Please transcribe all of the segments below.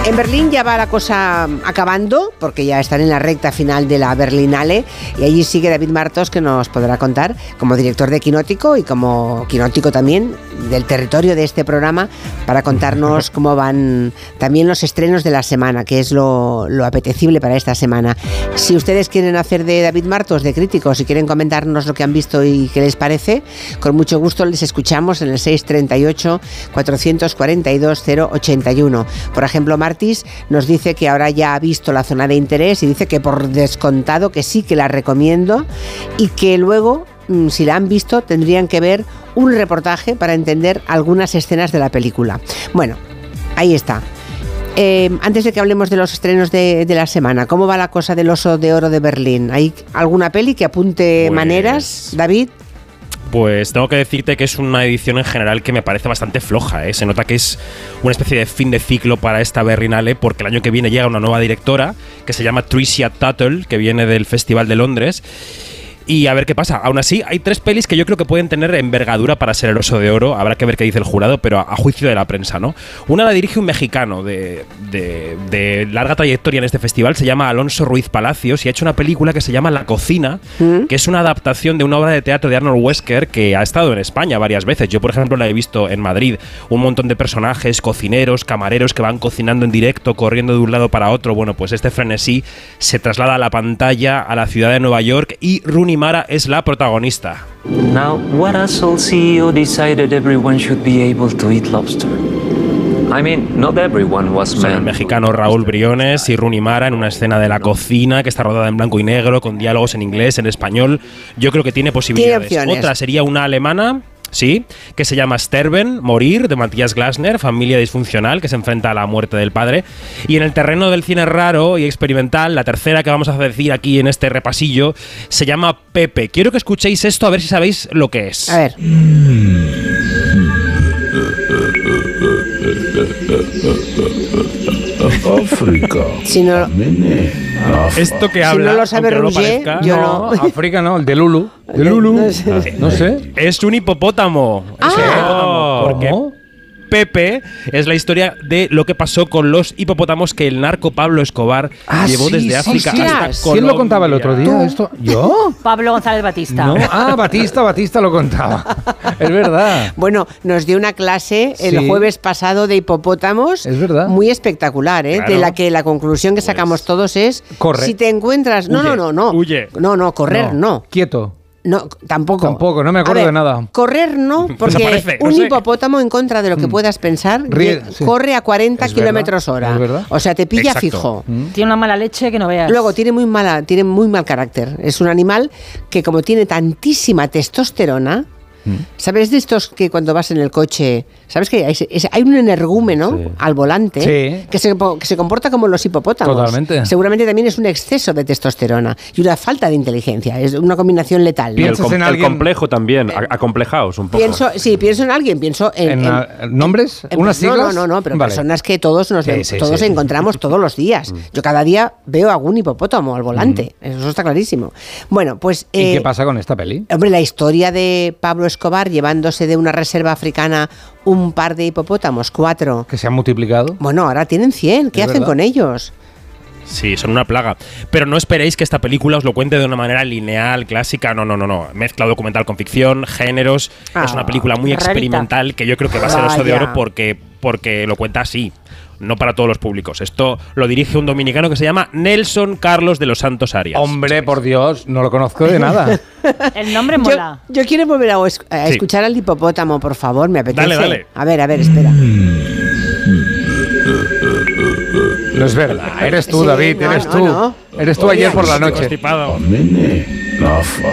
En Berlín ya va la cosa acabando, porque ya están en la recta final de la Berlinale, y allí sigue David Martos, que nos podrá contar, como director de Quinótico y como quinótico también del territorio de este programa, para contarnos cómo van también los estrenos de la semana, que es lo apetecible para esta semana. Si ustedes quieren hacer de David Martos, de críticos, y quieren comentarnos lo que han visto y qué les parece, con mucho gusto les escuchamos en el 638-442-081. Por ejemplo, Martis nos dice que ahora ya ha visto La zona de interés y dice que por descontado que sí que la recomiendo, y que luego, si la han visto, tendrían que ver un reportaje para entender algunas escenas de la película. Bueno, ahí está. Antes de que hablemos de los estrenos de la semana, ¿cómo va la cosa del Oso de Oro de Berlín? ¿Hay alguna peli que apunte maneras, David? Pues tengo que decirte que es una edición en general que me parece bastante floja, ¿eh? Se nota que es una especie de fin de ciclo para esta Berlinale, porque el año que viene llega una nueva directora que se llama Tricia Tuttle, que viene del Festival de Londres. Y a ver qué pasa. Aún así, hay 3 pelis que yo creo que pueden tener envergadura para ser el Oso de Oro. Habrá que ver qué dice el jurado, pero a juicio de la prensa, ¿no? Una la dirige un mexicano de larga trayectoria en este festival. Se llama Alonso Ruiz Palacios y ha hecho una película que se llama La Cocina, que es una adaptación de una obra de teatro de Arnold Wesker que ha estado en España varias veces. Yo, por ejemplo, la he visto en Madrid. Un montón de personajes, cocineros, camareros que van cocinando en directo, corriendo de un lado para otro. Bueno, pues este frenesí se traslada a la pantalla, a la ciudad de Nueva York, y Rooney Mara es la protagonista. Now, what asshole CEO decided everyone should be able to eat lobster? I mean, not everyone was Son el mexicano Raúl Briones y Rooney Mara en una escena de La Cocina que está rodada en blanco y negro, con diálogos en inglés, en español. Yo creo que tiene posibilidades. ¿Tiene Otra sería una alemana, sí, que se llama Sterben, Morir, de Matthias Glasner, familia disfuncional que se enfrenta a la muerte del padre. Y en el terreno del cine raro y experimental, la tercera que vamos a decir aquí en este repasillo se llama Pepe. Quiero que escuchéis esto a ver si sabéis lo que es. A ver. África. Si no, Esto que habla, si no lo sabe Roger, yo no. África no, el de Lulu. De Lulu. No sé. Es un hipopótamo. ¿Cómo? Pepe es la historia de lo que pasó con los hipopótamos que el narco Pablo Escobar llevó desde África hasta Colombia. ¿Quién lo contaba el otro día? ¿Esto? ¿Yo? Pablo González Batista. No. Batista lo contaba. Es verdad. Bueno, nos dio una clase el jueves pasado de hipopótamos. Es verdad. Muy espectacular, ¿eh? Claro. De la que la conclusión que sacamos todos es... Corre. Si te encuentras... No. Huye. No, correr no. Quieto. No, tampoco. Tampoco, no me acuerdo de nada. Correr no, porque Desaparece, no un sé. hipopótamo, en contra de lo que puedas pensar, corre a 40 Es kilómetros verdad, hora. es verdad. O sea, te pilla Exacto. fijo. Tiene una mala leche que no veas. Luego tiene muy mal carácter. Es un animal que, como tiene tantísima testosterona, ¿sabes de estos que cuando vas en el coche, sabes que hay un energúmeno al volante que se comporta como los hipopótamos? Totalmente. Seguramente también es un exceso de testosterona y una falta de inteligencia. Es una combinación letal. Bien. ¿Piensas en alguien? El complejo también, acomplejaos un poco. Pienso en alguien, pienso en ¿nombres? ¿Unas siglas? No, pero Vale. personas que todos encontramos todos los días. Yo cada día veo algún hipopótamo al volante. Eso está clarísimo. Bueno, pues... ¿Y qué pasa con esta peli? Hombre, la historia de Pablo Escobar llevándose de una reserva africana un par de hipopótamos, 4. ¿Que se han multiplicado? Bueno, ahora tienen 100. ¿Qué Es hacen verdad. con ellos? Sí, son una plaga. Pero no esperéis que esta película os lo cuente de una manera lineal, clásica. No. Mezcla documental con ficción, géneros. Es una película muy rarita. experimental que yo creo que va a ser Oso de Vaya. Oro porque lo cuenta así. No para todos los públicos. Esto lo dirige un dominicano que se llama Nelson Carlos de los Santos Arias. Hombre, por Dios, no lo conozco de nada. El nombre mola. Yo quiero volver a escuchar al hipopótamo, por favor, me apetece. Dale. A ver, espera. No es verdad. Eres tú, Sí, David, no, eres no, tú. no. Eres tú ayer por la noche. Constipado. Amene, Rafa,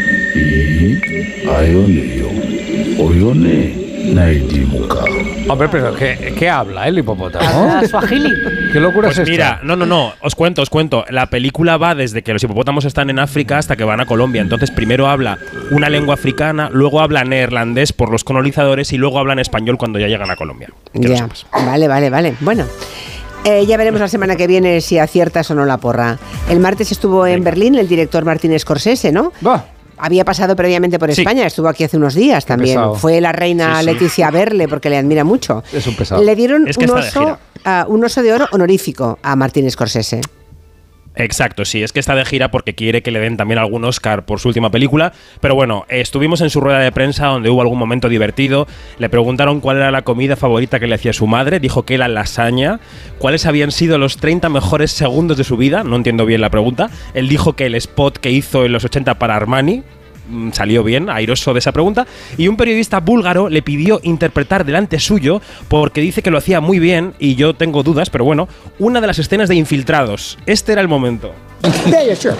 y Ayoneo, Oyone, Naidimuka. Hombre, pero ¿qué habla el hipopótamo? Ah, Swahili. ¿Qué locura Pues es esta? mira, no, os cuento. La película va desde que los hipopótamos están en África hasta que van a Colombia. Entonces primero habla una lengua africana, luego habla neerlandés por los colonizadores y luego hablan español cuando ya llegan a Colombia. Que lo Ya, sepas. vale. Bueno, ya veremos la semana que viene si aciertas o no la porra. El martes estuvo en Berlín el director Martin Scorsese, ¿no? Va. había pasado previamente por Sí. España, estuvo aquí hace unos días también. pesado. Fue la reina Leticia Berle, porque le admira mucho. Es un pesado. Le dieron Es que está de gira. un oso de oro honorífico a Martin Scorsese. Exacto, sí, es que está de gira porque quiere que le den también algún Oscar por su última película. Pero bueno, estuvimos en su rueda de prensa donde hubo algún momento divertido. Le preguntaron cuál era la comida favorita que le hacía su madre. Dijo que era lasaña. ¿Cuáles habían sido los 30 mejores segundos de su vida? No entiendo bien la pregunta. Él dijo que el spot que hizo en los 80 para Armani salió bien, airoso de esa pregunta. Y un periodista búlgaro le pidió interpretar delante suyo porque dice que lo hacía muy bien y yo tengo dudas, pero bueno, una de las escenas de Infiltrados. Este era el momento. Yeah, sure.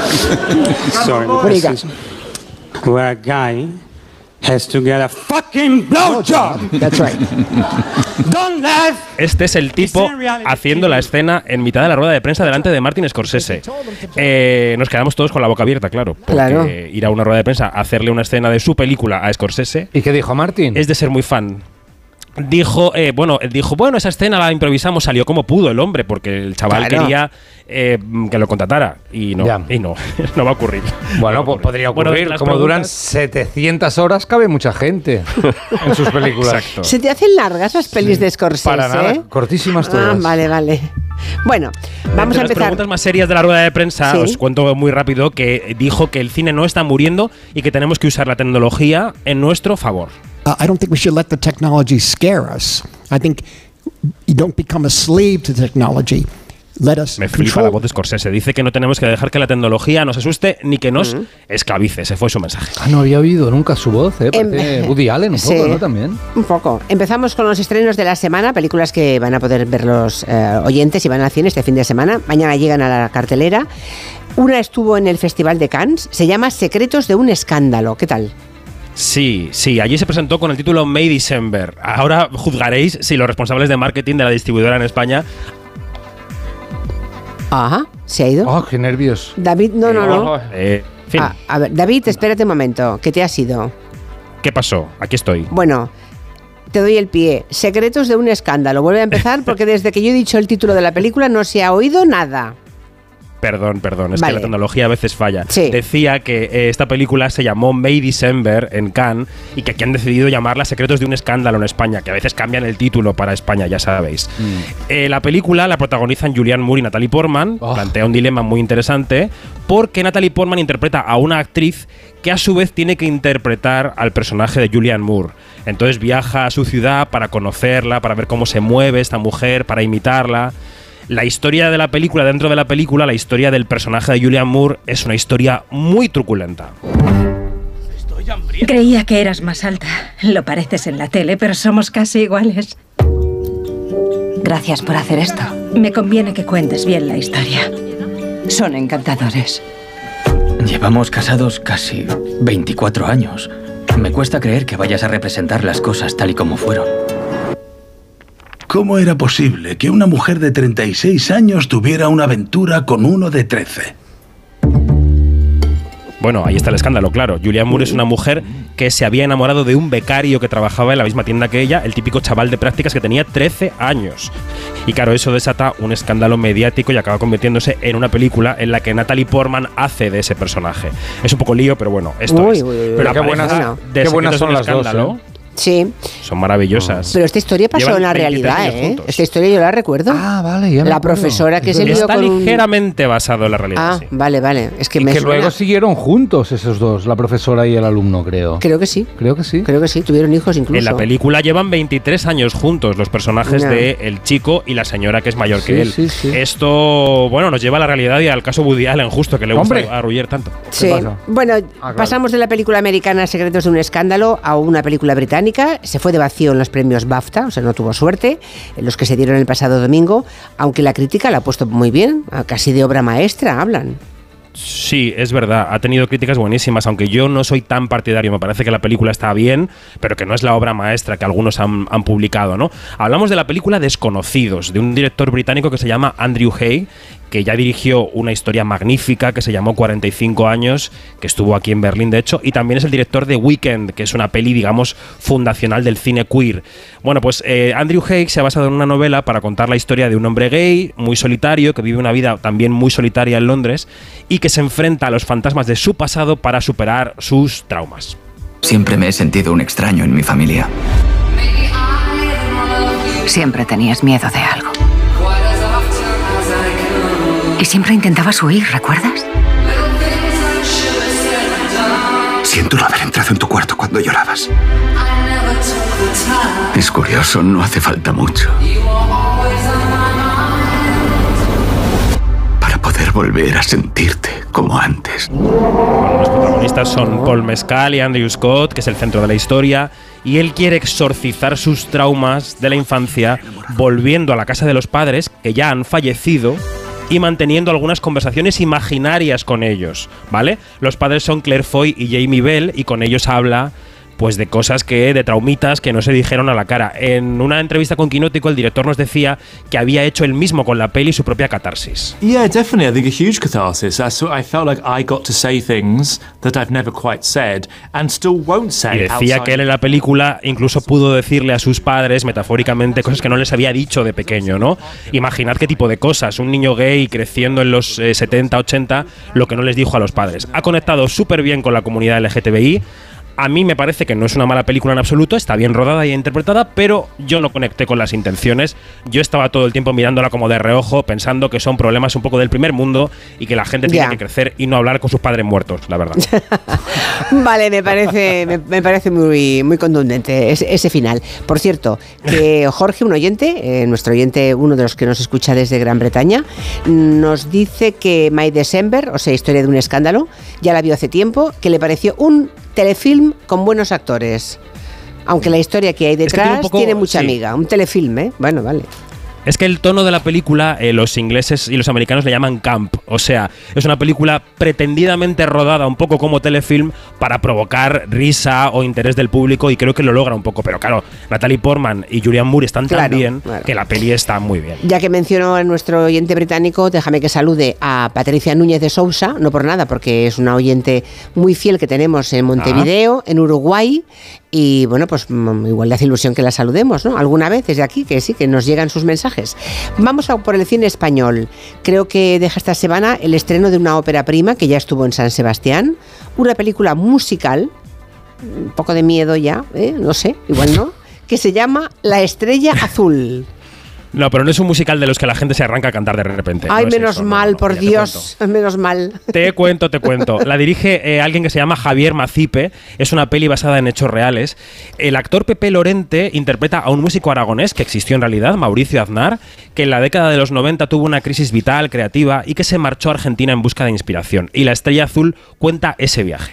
Sorry. What do you got? Where a guy has to get a fucking blowjob. That's right. Don't laugh. Este es el tipo haciendo la escena en mitad de la rueda de prensa delante de Martin Scorsese. Nos quedamos todos con la boca abierta, claro. Porque Claro. ir a una rueda de prensa a hacerle una escena de su película a Scorsese ¿Y qué dijo Martin? es de ser muy fan. Dijo, bueno, esa escena la improvisamos, salió como pudo el hombre, porque el chaval Claro. quería que lo contratara. Y no, Ya. no va a ocurrir. Bueno, No va a podría Bueno, ocurrir. las Como duran preguntas- 700 horas, cabe mucha gente en sus películas. Exacto. ¿Se te hacen largas las pelis de Scorsese? Para nada, cortísimas todas. Vale. Bueno, vamos Entre a las empezar. preguntas más serias de la rueda de prensa, Sí. os cuento muy rápido que dijo que el cine no está muriendo y que tenemos que usar la tecnología en nuestro favor. I don't think we should let the technology scare us. I think you don't become a slave to technology. Let us Me flipa la voz de Scorsese. Dice que no tenemos que dejar que la tecnología nos asuste ni que nos esclavice. Ese fue su mensaje. Ah, no había oído nunca su voz, Parece Woody Allen un poco, Sí. ¿no? También. Un poco. Empezamos con los estrenos de la semana, películas que van a poder ver los oyentes y van al cine este fin de semana. Mañana llegan a la cartelera. Una estuvo en el Festival de Cannes, se llama Secretos de un escándalo. ¿Qué tal? Sí, allí se presentó con el título May December. Ahora juzgaréis si los responsables de marketing de la distribuidora en España. Ajá, se ha ido. Oh, qué nervios. David, no. En fin, A ver, David, espérate un momento, ¿qué te has ido? ¿qué pasó? Aquí estoy. Bueno, te doy el pie. Secretos de un escándalo. Vuelve a empezar porque desde que yo he dicho el título de la película no se ha oído nada. Perdón, es Vale. que la tecnología a veces falla. Sí. Decía que esta película se llamó May December en Cannes y que aquí han decidido llamarla Secretos de un escándalo en España, que a veces cambian el título para España, ya sabéis. La película la protagonizan Julianne Moore y Natalie Portman. Oh. Plantea un dilema muy interesante porque Natalie Portman interpreta a una actriz que a su vez tiene que interpretar al personaje de Julianne Moore. Entonces viaja a su ciudad para conocerla, para ver cómo se mueve esta mujer, para imitarla. La historia de la película, dentro de la película, la historia del personaje de Julianne Moore es una historia muy truculenta. Creía que eras más alta. Lo pareces en la tele, pero somos casi iguales. Gracias por hacer esto. Me conviene que cuentes bien la historia. Son encantadores. Llevamos casados casi 24 años. Me cuesta creer que vayas a representar las cosas tal y como fueron. ¿Cómo era posible que una mujer de 36 años tuviera una aventura con uno de 13? Bueno, ahí está el escándalo, claro. Julianne Moore es una mujer que se había enamorado de un becario que trabajaba en la misma tienda que ella, el típico chaval de prácticas que tenía 13 años. Y claro, eso desata un escándalo mediático y acaba convirtiéndose en una película en la que Natalie Portman hace de ese personaje. Es un poco lío, pero bueno, esto es. Pero La qué buenas, pareja de qué buenas Secretos de son un las dos, Escándalo Sí. son maravillosas. Pero esta historia pasó Llevan en la 23 realidad, años ¿eh? juntos. Esta historia yo la recuerdo. Ah, vale, ya me La acuerdo. profesora que Es se lió Está con un... ligeramente basado en la realidad. Ah, sí. vale. Es que Y me que suena. luego siguieron juntos esos dos, la profesora y el alumno, creo. Creo que sí. Creo que sí. Creo que sí, tuvieron hijos incluso. En la película llevan 23 años juntos los personajes Ya. de el chico y la señora que es mayor Sí, que él. sí, sí. Esto, bueno, nos lleva a la realidad y al caso Woody Allen, justo, que le ¡Hombre! gusta arrullar tanto. Sí. pasa? Bueno, claro. pasamos de la película americana Secretos de un escándalo a una película británica. Se fue de vacío en los premios BAFTA, o sea, no tuvo suerte, en los que se dieron el pasado domingo, aunque la crítica la ha puesto muy bien, casi de obra maestra hablan. Sí, es verdad, ha tenido críticas buenísimas, aunque yo no soy tan partidario, me parece que la película está bien, pero que no es la obra maestra que algunos han publicado, ¿no? Hablamos de la película Desconocidos, de un director británico que se llama Andrew Hay, que ya dirigió una historia magnífica que se llamó 45 años, que estuvo aquí en Berlín, de hecho, y también es el director de Weekend, que es una peli, digamos, fundacional del cine queer. Bueno, pues Andrew Hay se ha basado en una novela para contar la historia de un hombre gay, muy solitario, que vive una vida también muy solitaria en Londres, y que que se enfrenta a los fantasmas de su pasado para superar sus traumas. Siempre me he sentido un extraño en mi familia. Siempre tenías miedo de algo. Y siempre intentabas huir, ¿recuerdas? Siento no haber entrado en tu cuarto cuando llorabas. Es curioso, no hace falta mucho para poder volver a sentirte como antes. Bueno, los protagonistas son Paul Mescal y Andrew Scott, que es el centro de la historia, y él quiere exorcizar sus traumas de la infancia volviendo a la casa de los padres, que ya han fallecido, y manteniendo algunas conversaciones imaginarias con ellos, ¿vale? Los padres son Claire Foy y Jamie Bell, y con ellos habla pues de cosas de traumitas que no se dijeron a la cara. En una entrevista con Quinótico, el director nos decía que había hecho él mismo con la peli su propia catarsis. Yeah, definitely. I think a huge catharsis. I felt like I got to say things that I've never quite said and still won't say. Y decía que él en la película incluso pudo decirle a sus padres, metafóricamente, cosas que no les había dicho de pequeño, ¿no? Imaginad qué tipo de cosas. Un niño gay creciendo en los 70, 80, lo que no les dijo a los padres. Ha conectado súper bien con la comunidad LGTBI. A mí me parece que no es una mala película en absoluto, está bien rodada y interpretada, pero yo no conecté con las intenciones. Yo estaba todo el tiempo mirándola como de reojo, pensando que son problemas un poco del primer mundo y que la gente tiene que crecer y no hablar con sus padres muertos, la verdad. Vale, me parece muy, muy contundente ese final. Por cierto, que Jorge, un oyente, nuestro oyente, uno de los que nos escucha desde Gran Bretaña, nos dice que My December, o sea, Historia de un escándalo, ya la vio hace tiempo, que le pareció un telefilm con buenos actores. Aunque la historia que hay detrás tiene mucha amiga. Un telefilm, ¿eh? Bueno, vale. Es que el tono de la película, los ingleses y los americanos le llaman camp. O sea, es una película pretendidamente rodada un poco como telefilm para provocar risa o interés del público, y creo que lo logra un poco. Pero claro, Natalie Portman y Julianne Moore están tan bien que la peli está muy bien. Ya que menciono a nuestro oyente británico, déjame que salude a Patricia Núñez de Sousa, no por nada, porque es una oyente muy fiel que tenemos en Montevideo, en Uruguay. Y bueno, pues igual le hace ilusión que la saludemos, ¿no? Alguna vez desde aquí, que sí, que nos llegan sus mensajes. Vamos a por el cine español. Creo que deja esta semana el estreno de una ópera prima que ya estuvo en San Sebastián, una película musical, un poco de miedo ya, no sé, igual no, que se llama La Estrella Azul. No, pero no es un musical de los que la gente se arranca a cantar de repente. Ay, no menos mal, por Dios, menos mal. Te cuento. La dirige alguien que se llama Javier Macipe. Es una peli basada en hechos reales. El actor Pepe Lorente interpreta a un músico aragonés que existió en realidad, Mauricio Aznar, que en la década de los 90 tuvo una crisis vital, creativa, y que se marchó a Argentina en busca de inspiración. Y La Estrella Azul cuenta ese viaje.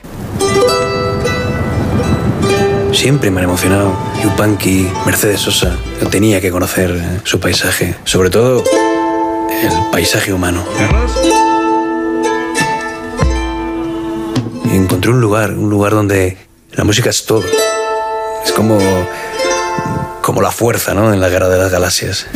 Siempre me han emocionado Yupanqui, Mercedes Sosa. Yo tenía que conocer su paisaje, sobre todo el paisaje humano. Y encontré un lugar donde la música es todo. Es como la fuerza, ¿no?, en la guerra de las galaxias.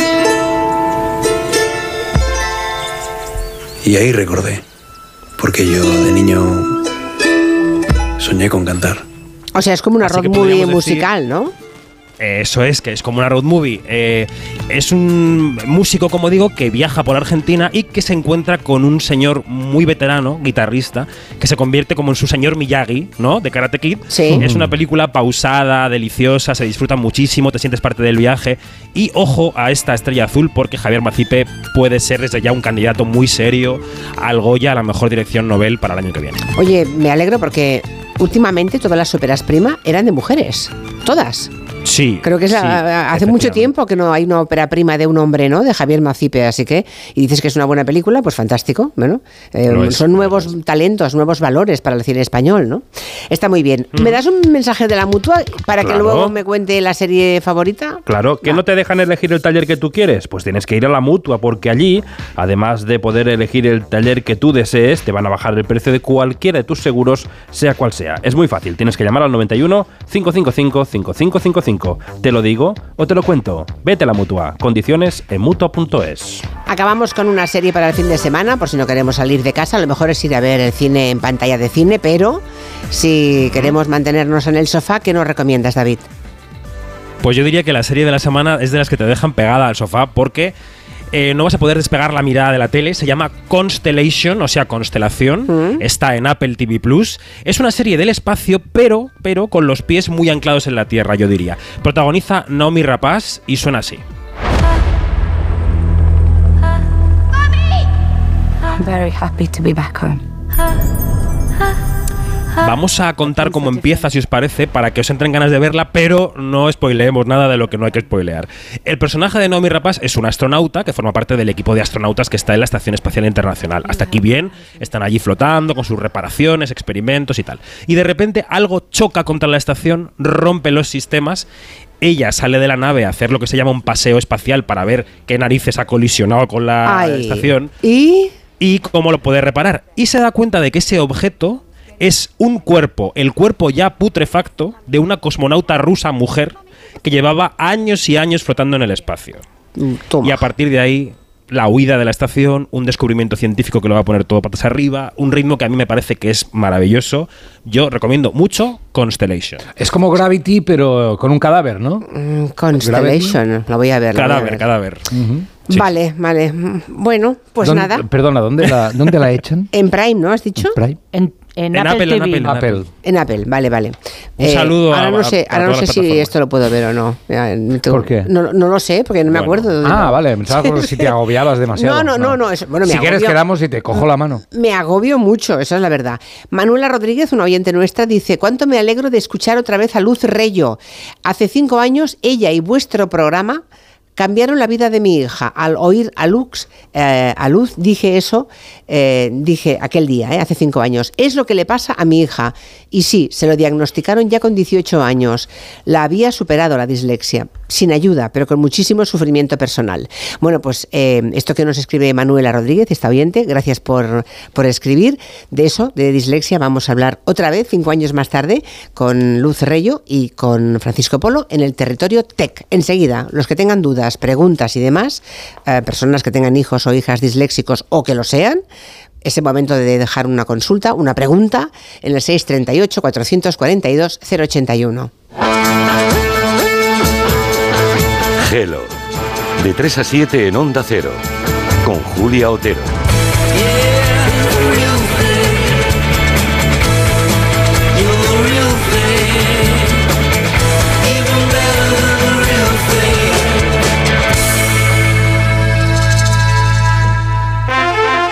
Y ahí recordé, porque yo de niño soñé con cantar. O sea, es como una road movie musical, ¿no? Eso es, que es como una road movie. Es un músico, como digo, que viaja por Argentina y que se encuentra con un señor muy veterano, guitarrista, que se convierte como en su señor Miyagi, ¿no?, de Karate Kid. Sí. Es una película pausada, deliciosa, se disfruta muchísimo, te sientes parte del viaje. Y ojo a esta Estrella Azul, porque Javier Macipe puede ser desde ya un candidato muy serio al Goya, a la mejor dirección Nobel para el año que viene. Oye, me alegro porque últimamente todas las óperas prima eran de mujeres. Todas. Sí. Creo que hace mucho tiempo que no hay una ópera prima de un hombre, ¿no?, de Javier Macipe, así que, y dices que es una buena película, pues fantástico, bueno, son nuevos talentos, nuevos valores para el cine español, ¿no? Está muy bien. ¿Me das un mensaje de la Mutua para que luego me cuente la serie favorita? Claro, ¿que no te dejan elegir el taller que tú quieres? Pues tienes que ir a la Mutua, porque allí, además de poder elegir el taller que tú desees, te van a bajar el precio de cualquiera de tus seguros, sea cual sea. Es muy fácil, tienes que llamar al 91 555 5555. ¿Te lo digo o te lo cuento? Vete a la Mutua. Condiciones en Mutua.es. Acabamos con una serie para el fin de semana, por si no queremos salir de casa. A lo mejor es ir a ver el cine en pantalla de cine, pero si queremos mantenernos en el sofá, ¿qué nos recomiendas, David? Pues yo diría que la serie de la semana es de las que te dejan pegada al sofá, porque no vas a poder despegar la mirada de la tele. Se llama Constellation, o sea, constelación. Está en Apple TV Plus. Es una serie del espacio, pero con los pies muy anclados en la Tierra, yo diría. Protagoniza Noomi Rapace y suena así. I'm very happy to be back home. Vamos a contar cómo empieza, si os parece, para que os entren ganas de verla, pero no spoileemos nada de lo que no hay que spoilear. El personaje de Noomi Rapace es un astronauta que forma parte del equipo de astronautas que está en la Estación Espacial Internacional. Hasta aquí bien, están allí flotando con sus reparaciones, experimentos y tal. Y de repente algo choca contra la estación, rompe los sistemas. Ella sale de la nave a hacer lo que se llama un paseo espacial para ver qué narices ha colisionado con la estación y cómo lo puede reparar. Y se da cuenta de que ese objeto es un cuerpo, el cuerpo ya putrefacto de una cosmonauta rusa mujer que llevaba años y años flotando en el espacio. Toma. Y a partir de ahí, la huida de la estación, un descubrimiento científico que lo va a poner todo patas arriba, un ritmo que a mí me parece que es maravilloso. Yo recomiendo mucho Constellation. Es como Gravity, pero con un cadáver, ¿no? Constellation, la voy a ver. Cadáver. Uh-huh. Sí. Vale. Bueno, pues nada. Perdona, ¿dónde la echan? En Prime, ¿no has dicho? ¿Prime? En Apple TV. En Apple, vale. Un saludo ahora no sé si esto lo puedo ver o no. ¿Por qué? No lo sé, porque no me acuerdo. Vale, pensaba si te agobiabas demasiado. No. Bueno, si quieres quedamos y te cojo la mano. Me agobio mucho, esa es la verdad. Manuela Rodríguez, una oyente nuestra, dice: ¿cuánto me alegro de escuchar otra vez a Luz Rello? Hace 5 años, ella y vuestro programa cambiaron la vida de mi hija. Al oír a Luz, dije aquel día, hace 5 años, es lo que le pasa a mi hija. Y sí, se lo diagnosticaron ya con 18 años. La había superado la dislexia, sin ayuda, pero con muchísimo sufrimiento personal. Bueno, pues esto que nos escribe Manuela Rodríguez, esta oyente, gracias por escribir. De eso, de dislexia, vamos a hablar otra vez, 5 años más tarde, con Luz Rello y con Francisco Polo en el Territorio Tech. Enseguida, los que tengan dudas, preguntas y demás, personas que tengan hijos o hijas disléxicos o que lo sean, es el momento de dejar una consulta, una pregunta, en el 638-442-081. Hello, de 3 a 7 en Onda Cero, con Julia Otero.